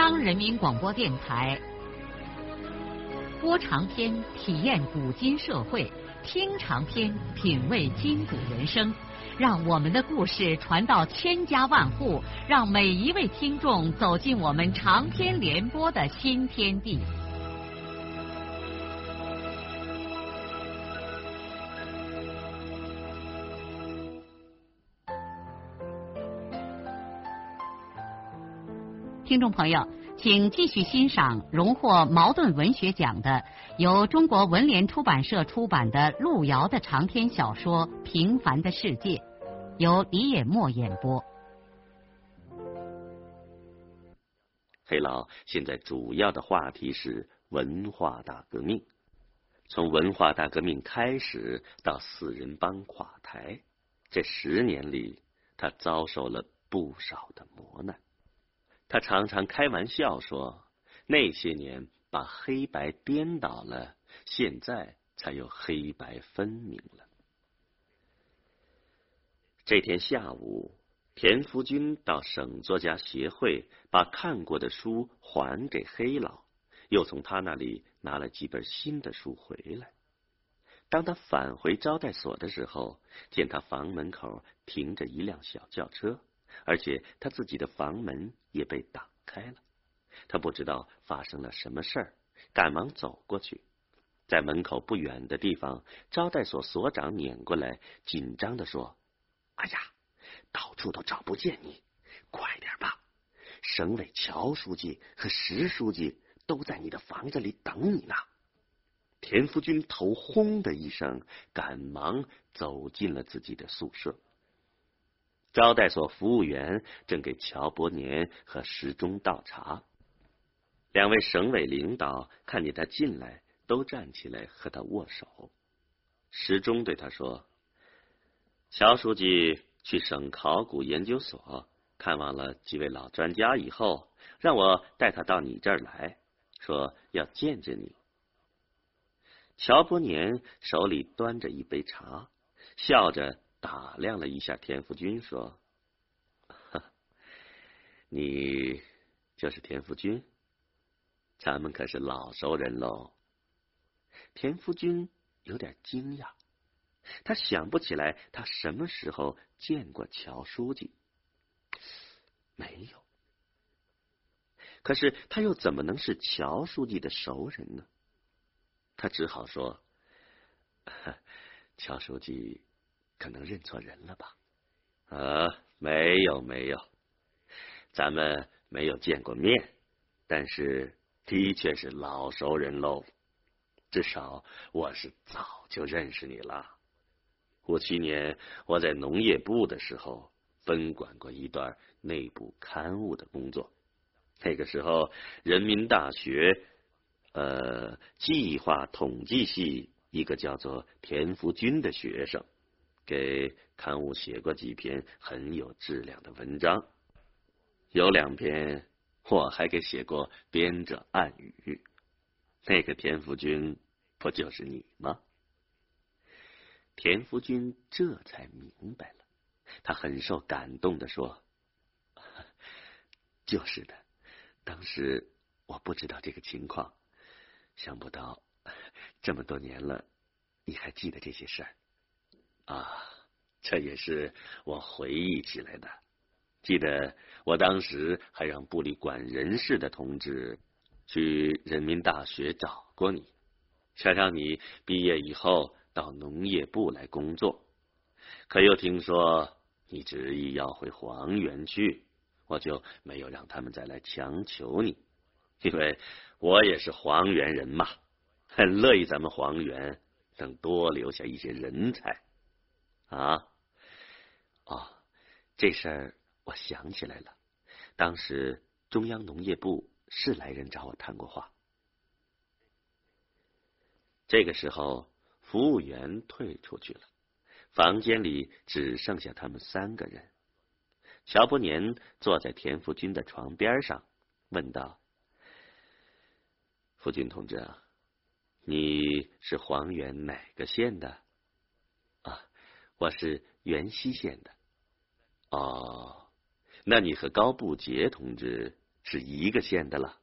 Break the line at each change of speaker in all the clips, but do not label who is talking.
央人民广播电台，播长篇体验古今社会，听长篇品味今古人生。让我们的故事传到千家万户，让每一位听众走进我们长篇联播的新天地。听众朋友，请继续欣赏荣获茅盾文学奖的由中国文联出版社出版的路遥的长篇小说《平凡的世界》，由李野墨演播。
黑老现在主要的话题是文化大革命。从文化大革命开始到四人帮垮台，这10年里，他遭受了不少的磨难。他常常开玩笑说，那些年把黑白颠倒了，现在才有黑白分明了。这天下午，田福军到省作家协会把看过的书还给黑老，又从他那里拿了几本新的书回来。当他返回招待所的时候，见他房门口停着一辆小轿车，而且他自己的房门也被打开了。他不知道发生了什么事儿，赶忙走过去。在门口不远的地方，招待所所长撵过来，紧张地说：“哎呀，到处都找不见你，快点吧！省委乔书记和石书记都在你的房子里等你呢。”田福军头轰的一声，赶忙走进了自己的宿舍。招待所服务员正给乔伯年和石忠倒茶，两位省委领导看见他进来，都站起来和他握手。石忠对他说：“乔书记去省考古研究所看望了几位老专家以后，让我带他到你这儿来，说要见见你。”乔伯年手里端着一杯茶，笑着打量了一下田福军，说：“你就是田福军？咱们可是老熟人喽。”田福军有点惊讶，他想不起来他什么时候见过乔书记。没有。可是他又怎么能是乔书记的熟人呢？他只好说：“乔书记可能认错人了吧？”“没有，咱们没有见过面，但是的确是老熟人喽。至少我是早就认识你了。57年我在农业部的时候，分管过一段内部刊物的工作。那个时候，人民大学计划统计系一个叫做田福军的学生，给刊物写过几篇很有质量的文章，有2篇我还给写过编者暗语。那个田福军不就是你吗？”田福军这才明白了，他很受感动地说：“就是的，当时我不知道这个情况，想不到这么多年了，你还记得这些事儿啊！这也是我回忆起来的。记得我当时还让部里管人事的同志去人民大学找过你，想让你毕业以后到农业部来工作，可又听说你执意要回黄原去，我就没有让他们再来强求你，因为我也是黄原人嘛，很乐意咱们黄原能多留下一些人才啊。”“这事儿我想起来了，当时中央农业部是来人找我谈过话。”这个时候，服务员退出去了，房间里只剩下他们3个人。乔伯年坐在田福军的床边上，问道：“福军同志啊，你是黄原哪个县的？”“我是原西县的。”“那你和高步杰同志是一个县的了。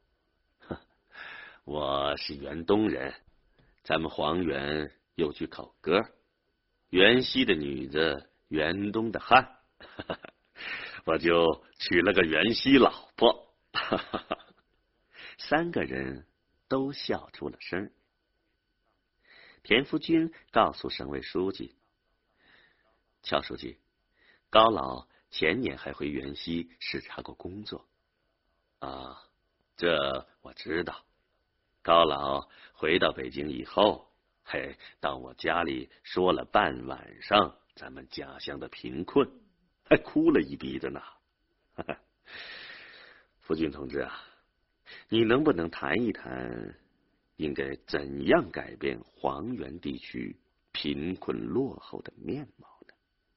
我是原东人，咱们黄原有句口歌：原西的女子，原东的汉。我就娶了个原西老婆。三个人都笑出了声。田福军告诉省委书记：乔书记，高老前年还回原西视察过工作。啊，这我知道。高老回到北京以后，到我家里说了半晚上咱们家乡的贫困，还哭了一鼻子呢。福军同志啊，你能不能谈一谈应该怎样改变黄原地区贫困落后的面貌呢？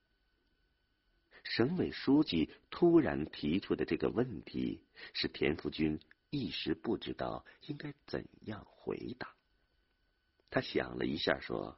省委书记突然提出的这个问题，使田福军一时不知道应该怎样回答。他想了一下说：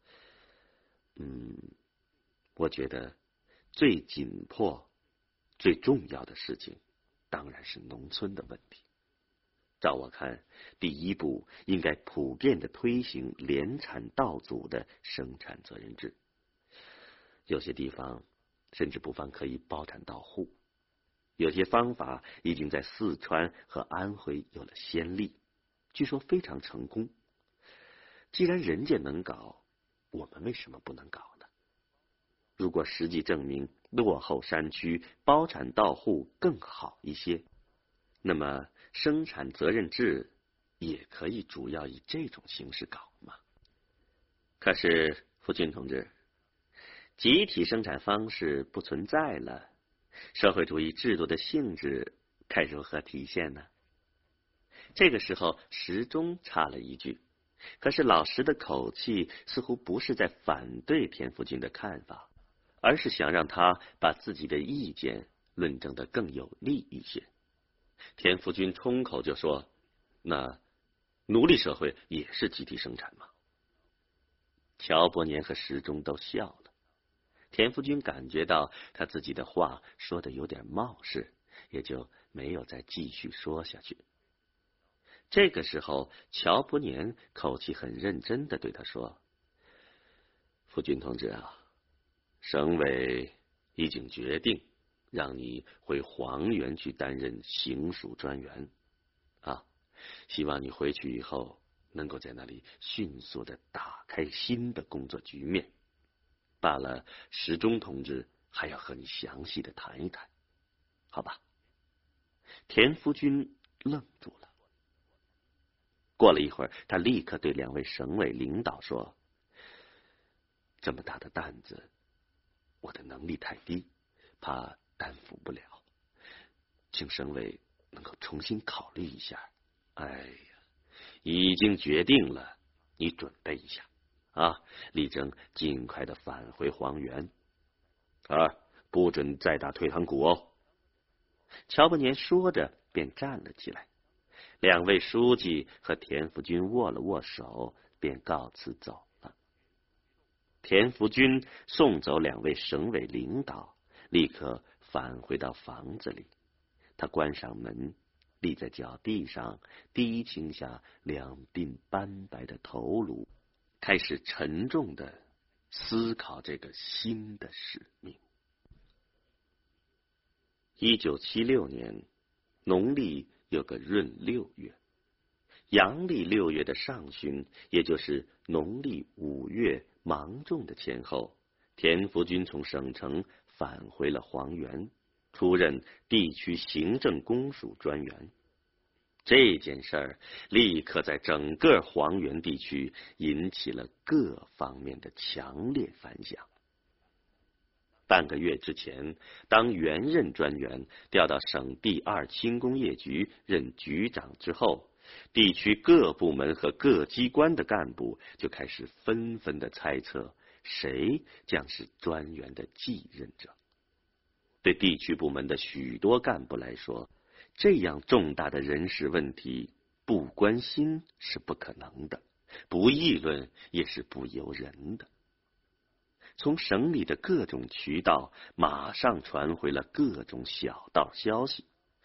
我觉得最紧迫最重要的事情当然是农村的问题。照我看，第一步应该普遍的推行联产稻组的生产责任制，有些地方甚至不妨可以包产到户。有些方法已经在四川和安徽有了先例，据说非常成功。既然人家能搞，我们为什么不能搞呢？如果实际证明落后山区包产到户更好一些，那么生产责任制也可以主要以这种形式搞嘛。可是福军同志，集体生产方式不存在了，社会主义制度的性质该如何体现呢？这个时候石中插了一句，可是老石的口气似乎不是在反对田福军的看法，而是想让他把自己的意见论证得更有利一些。田福军冲口就说：那奴隶社会也是集体生产吗？乔伯年和石中都笑了。田福军感觉到他自己的话说的有点冒失，也就没有再继续说下去。这个时候乔伯年口气很认真地对他说：福军同志啊，省委已经决定让你回黄原去担任行署专员啊，希望你回去以后能够在那里迅速地打开新的工作局面。罢了，石中同志还要和你详细的谈一谈，好吧？田福军愣住了。过了一会儿，他立刻对两位省委领导说：这么大的担子，我的能力太低，怕担负不了，请省委能够重新考虑一下。哎呀，已经决定了，你准备一下啊，力争尽快的返回黄原不准再打退堂鼓哦。乔伯年说着便站了起来，两位书记和田福军握了握手，便告辞走了。田福军送走两位省委领导，立刻返回到房子里。他关上门，立在脚地上，低倾下两鬓斑白的头颅，开始沉重的思考这个新的使命。1976年农历有个闰6月，阳历6月的上旬，也就是农历5月芒种的前后，田福军从省城返回了黄原，出任地区行政公署专员。这件事儿立刻在整个黄原地区引起了各方面的强烈反响。半个月之前，当原任专员调到省第2轻工业局任局长之后，地区各部门和各机关的干部就开始纷纷的猜测谁将是专员的继任者。对地区部门的许多干部来说，这样重大的人事问题，不关心是不可能的，不议论也是不由人的。从省里的各种渠道马上传回了各种小道消息，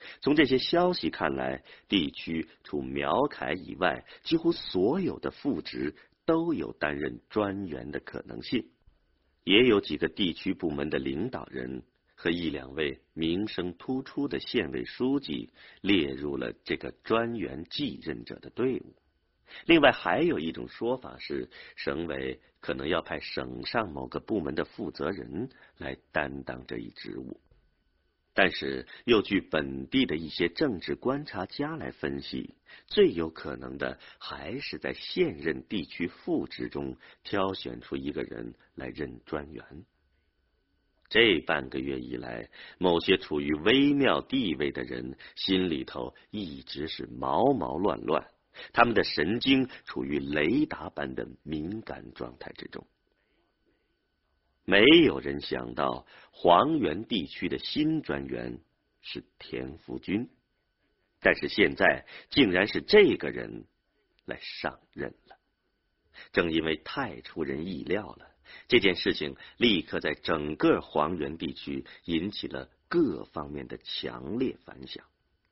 从这些消息看来，地区除苗楷以外，几乎所有的副职都有担任专员的可能性，也有几个地区部门的领导人和一两位名声突出的县委书记列入了这个专员继任者的队伍。另外还有一种说法是，省委可能要派省上某个部门的负责人来担当这一职务。但是又据本地的一些政治观察家来分析，最有可能的还是在现任地区副职中挑选出一个人来任专员。这半个月以来，某些处于微妙地位的人心里头一直是毛毛乱乱，他们的神经处于雷达般的敏感状态之中。没有人想到黄原地区的新专员是田福军，但是现在竟然是这个人来上任了。正因为太出人意料了，这件事情立刻在整个黄原地区引起了各方面的强烈反响。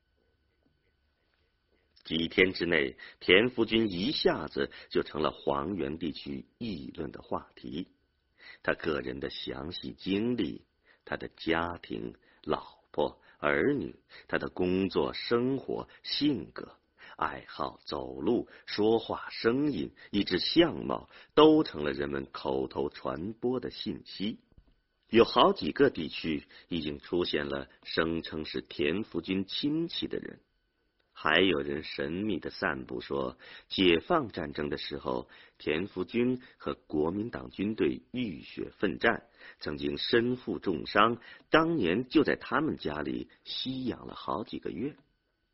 几天之内，田福军一下子就成了黄原地区议论的话题。他个人的详细经历，他的家庭、老婆、儿女，他的工作、生活、性格、爱好、走路、说话声音，以至相貌，都成了人们口头传播的信息。有好几个地区已经出现了声称是田福军亲戚的人。还有人神秘地散布说，解放战争的时候，田福军和国民党军队浴血奋战，曾经身负重伤，当年就在他们家里息养了好几个月。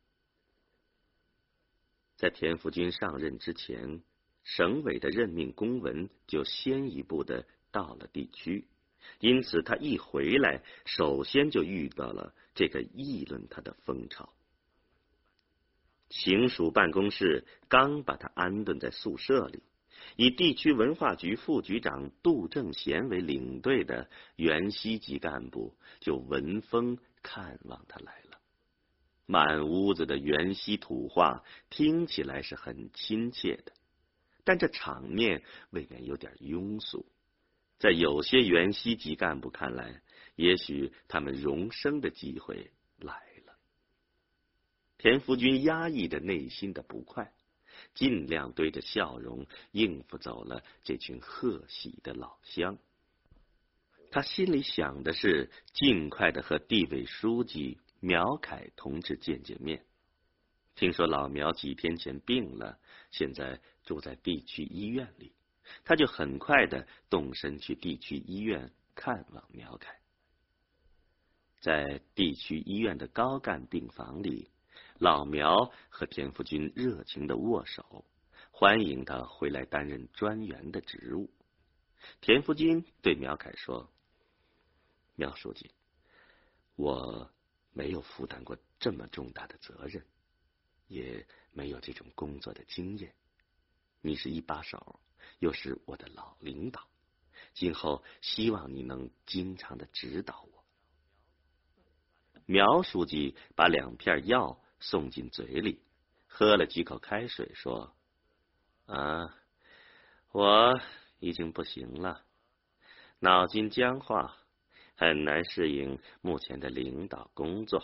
在田福军上任之前，省委的任命公文就先一步的到了地区，因此他一回来，首先就遇到了这个议论他的风潮。行署办公室刚把他安顿在宿舍里，以地区文化局副局长杜正贤为领队的原西级干部就闻风看望他来了。满屋子的原西土话听起来是很亲切的，但这场面未免有点庸俗。在有些原西级干部看来，也许他们荣升的机会来了。田福军压抑着内心的不快，尽量堆着笑容应付走了这群贺喜的老乡。他心里想的是尽快的和地委书记苗楷同志见面。听说老苗几天前病了，现在住在地区医院里，他就很快的动身去地区医院看望苗楷。在地区医院的高干病房里，老苗和田福军热情的握手，欢迎他回来担任专员的职务。田福军对苗楷说：“苗书记，我没有负担过这么重大的责任，也没有这种工作的经验。你是一把手，又是我的老领导，今后希望你能经常的指导我。”苗书记把2片药送进嘴里，喝了几口开水，说：“我已经不行了，脑筋僵化，很难适应目前的领导工作。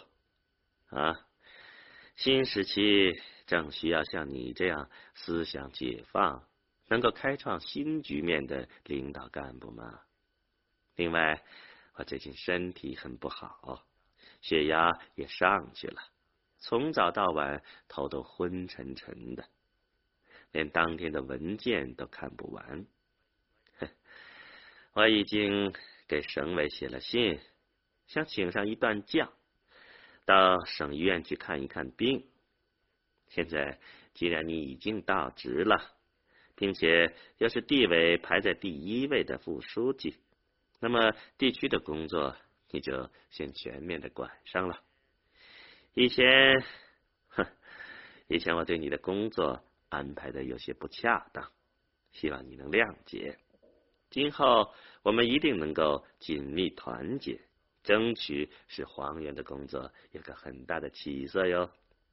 新时期正需要像你这样思想解放，能够开创新局面的领导干部吗？另外，我最近身体很不好，血压也上去了，从早到晚头都昏沉沉的，连当天的文件都看不完。我已经给省委写了信，想请上一段假，到省医院去看一看病。现在既然你已经到职了，并且又是地委排在第1位的副书记，那么地区的工作你就先全面的管上了。以前我对你的工作安排的有些不恰当，希望你能谅解。今后我们一定能够紧密团结， 争取使黄源的工作有个很大的起色哟。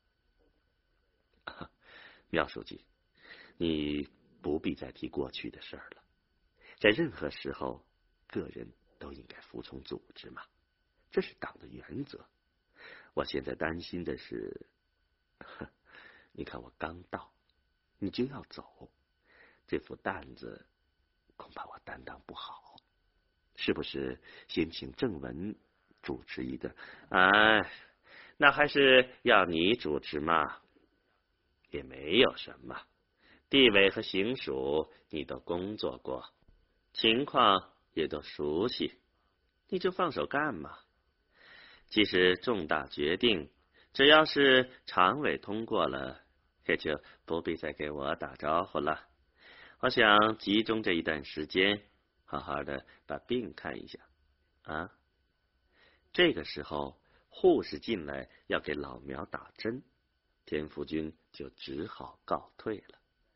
苗书记，你不必再提过去的事儿了。在任何时候，个人都应该服从组织嘛，这是党的原则。我现在担心的是，你看我刚到，你就要走，这副担子恐怕我担当不好。是不是先请郑文主持一个？哎，那还是要你主持嘛。也没有什么，地委和行署你都工作过，情况也都熟悉，你就放手干嘛。即使重大决定，只要是常委通过了，也就不必再给我打招呼了。我想集中这一段时间，好好的把病看一下啊。这个时候，护士进来要给老苗打针，田福军就只好告退了。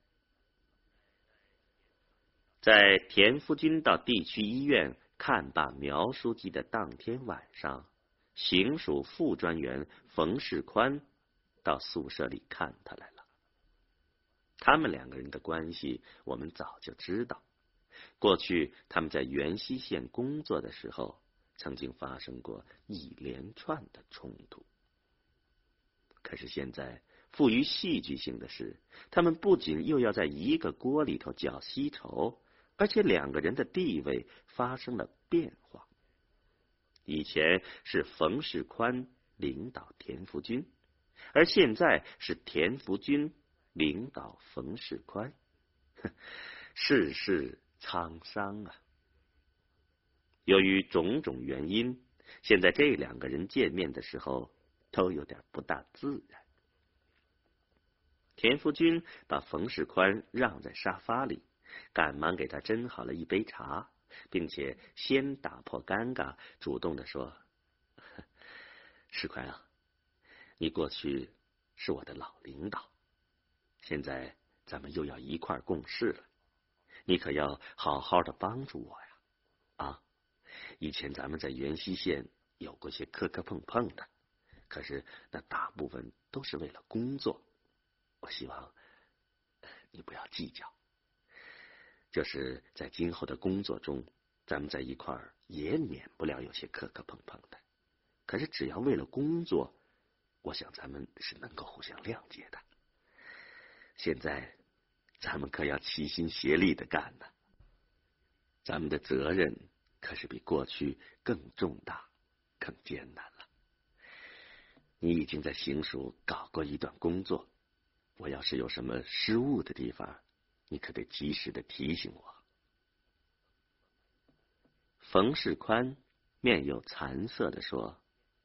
在田福军到地区医院看罢苗书记的当天晚上，行署副专员冯世宽到宿舍里看他来了。他们两个人的关系我们早就知道，过去他们在元溪县工作的时候，曾经发生过一连串的冲突。可是现在富于戏剧性的是，他们不仅又要在一个锅里头搅稀稠，而且两个人的地位发生了变化。以前是冯世宽领导田福军，而现在是田福军领导冯世宽，世事沧桑啊！由于种种原因，现在这两个人见面的时候都有点不大自然。田福军把冯世宽让在沙发里，赶忙给他斟好了一杯茶，并且先打破尴尬，主动地说：“世宽啊，你过去是我的老领导，现在咱们又要一块共事了，你可要好好的帮助我呀！啊，以前咱们在元溪县有过些磕磕碰碰的，可是那大部分都是为了工作，我希望你不要计较。就是在今后的工作中，咱们在一块儿也免不了有些磕磕碰碰的，可是只要为了工作，我想咱们是能够互相谅解的。现在咱们可要齐心协力的干呢，咱们的责任可是比过去更重大、更艰难了。你已经在行署搞过一段工作，我要是有什么失误的地方，你可得及时的提醒我。”冯世宽面有惭色的说：“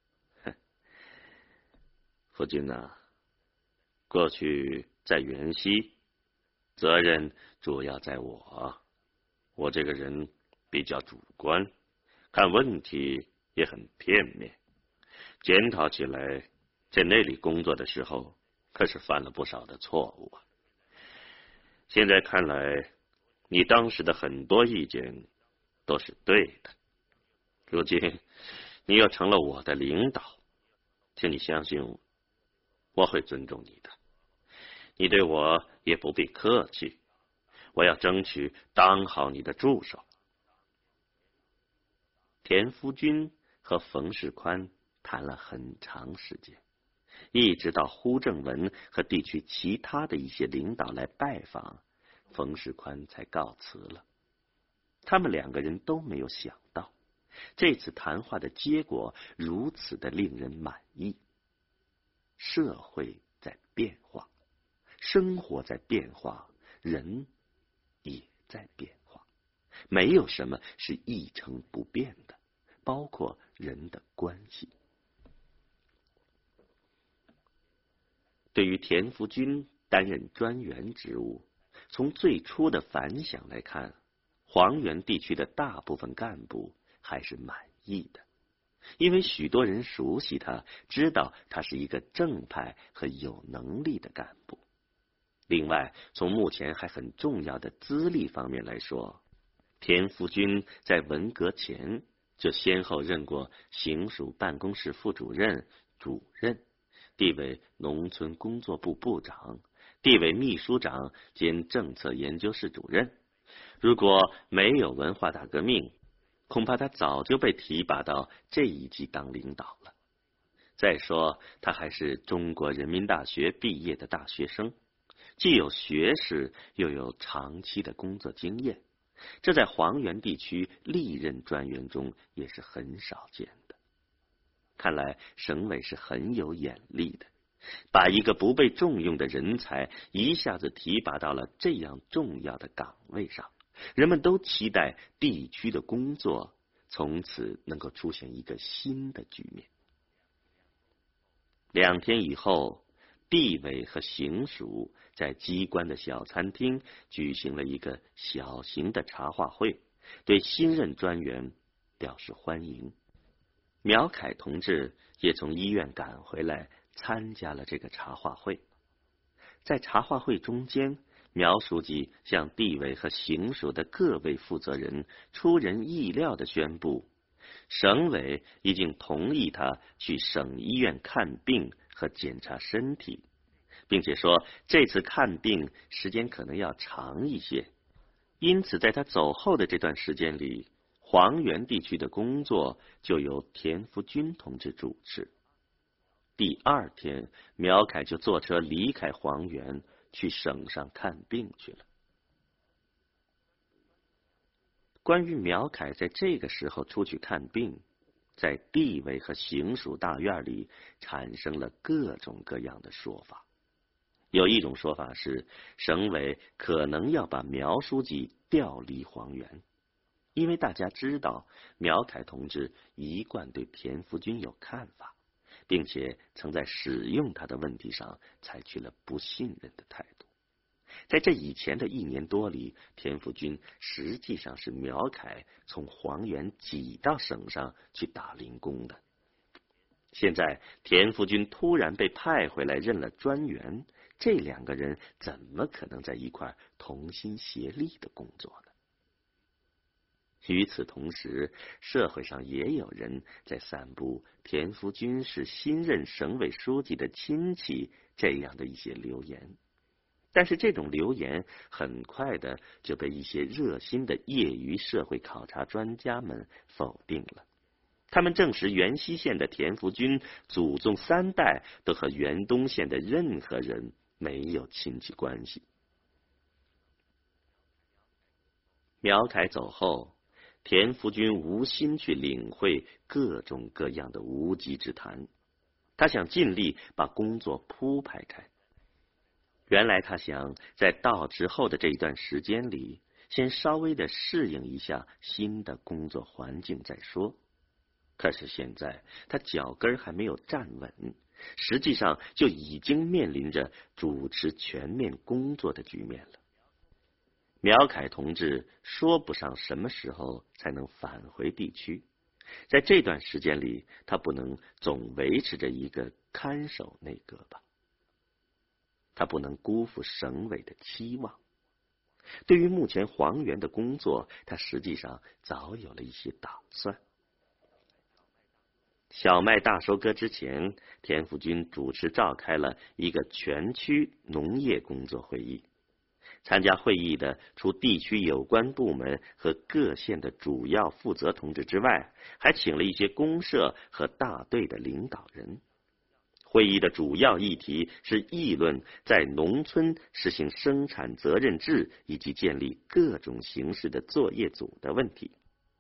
夫君呐，过去在元溪，责任主要在我。我这个人比较主观，看问题也很片面。检讨起来，在那里工作的时候，可是犯了不少的错误啊。现在看来，你当时的很多意见都是对的。如今你又成了我的领导，请你相信我会尊重你的。你对我也不必客气，我要争取当好你的助手。”田福军和冯世宽谈了很长时间，一直到胡正文和地区其他的一些领导来拜访，冯世宽才告辞了。他们两个人都没有想到，这次谈话的结果如此的令人满意。社会在变化，生活在变化，人也在变化，没有什么是一成不变的，包括人的关系。对于田福军担任专员职务，从最初的反响来看，黄原地区的大部分干部还是满意的，因为许多人熟悉他，知道他是一个正派和有能力的干部。另外，从目前还很重要的资历方面来说，田福军在文革前就先后任过行署办公室副主任、主任，地委农村工作部部长，地委秘书长兼政策研究室主任。如果没有文化大革命，恐怕他早就被提拔到这一级当领导了。再说，他还是中国人民大学毕业的大学生，既有学识，又有长期的工作经验，这在黄原地区历任专员中也是很少见的。看来省委是很有眼力的，把一个不被重用的人才一下子提拔到了这样重要的岗位上，人们都期待地区的工作从此能够出现一个新的局面。2天以后，地委和行署在机关的小餐厅举行了一个小型的茶话会，对新任专员表示欢迎。苗凯同志也从医院赶回来参加了这个茶话会。在茶话会中间，苗书记向地委和行署的各位负责人出人意料地宣布，省委已经同意他去省医院看病和检查身体，并且说这次看病时间可能要长一些，因此在他走后的这段时间里，黄原地区的工作就由田福军同志主持。第2天，苗凯就坐车离开黄原，去省上看病去了。关于苗凯在这个时候出去看病，在地委和行署大院里产生了各种各样的说法。有一种说法是，省委可能要把苗书记调离黄原，因为大家知道苗凯同志一贯对田福军有看法，并且曾在使用他的问题上采取了不信任的态度。在这以前的1年多里，田福军实际上是苗凯从黄原挤到省上去打零工的。现在田福军突然被派回来任了专员，这2个人怎么可能在一块同心协力的工作呢？与此同时，社会上也有人在散布田福军是新任省委书记的亲戚这样的一些流言。但是这种流言很快的就被一些热心的业余社会考察专家们否定了。他们证实原西县的田福军祖宗3代都和原东县的任何人没有亲戚关系。苗凯走后，田福军无心去领会各种各样的无稽之谈，他想尽力把工作铺排开。原来他想在到职后的这一段时间里，先稍微的适应一下新的工作环境再说。可是现在他脚跟还没有站稳，实际上就已经面临着主持全面工作的局面了。苗凯同志说不上什么时候才能返回地区，在这段时间里，他不能总维持着一个看守内阁吧。他不能辜负省委的期望。对于目前黄原的工作，他实际上早有了一些打算。小麦大收割之前，田福军主持召开了一个全区农业工作会议。参加会议的除地区有关部门和各县的主要负责同志之外，还请了一些公社和大队的领导人。会议的主要议题是议论在农村实行生产责任制以及建立各种形式的作业组的问题。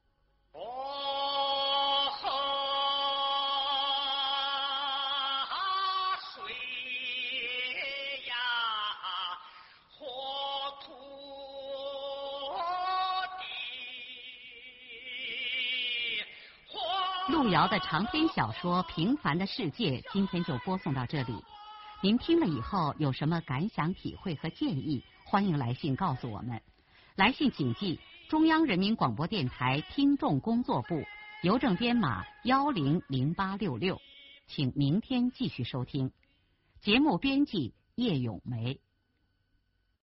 路遥的长篇小说《平凡的世界》今天就播送到这里。您听了以后有什么感想、体会和建议，欢迎来信告诉我们。来信请寄中央人民广播电台听众工作部，邮政编码100866，请明天继续收听。节目编辑叶咏梅。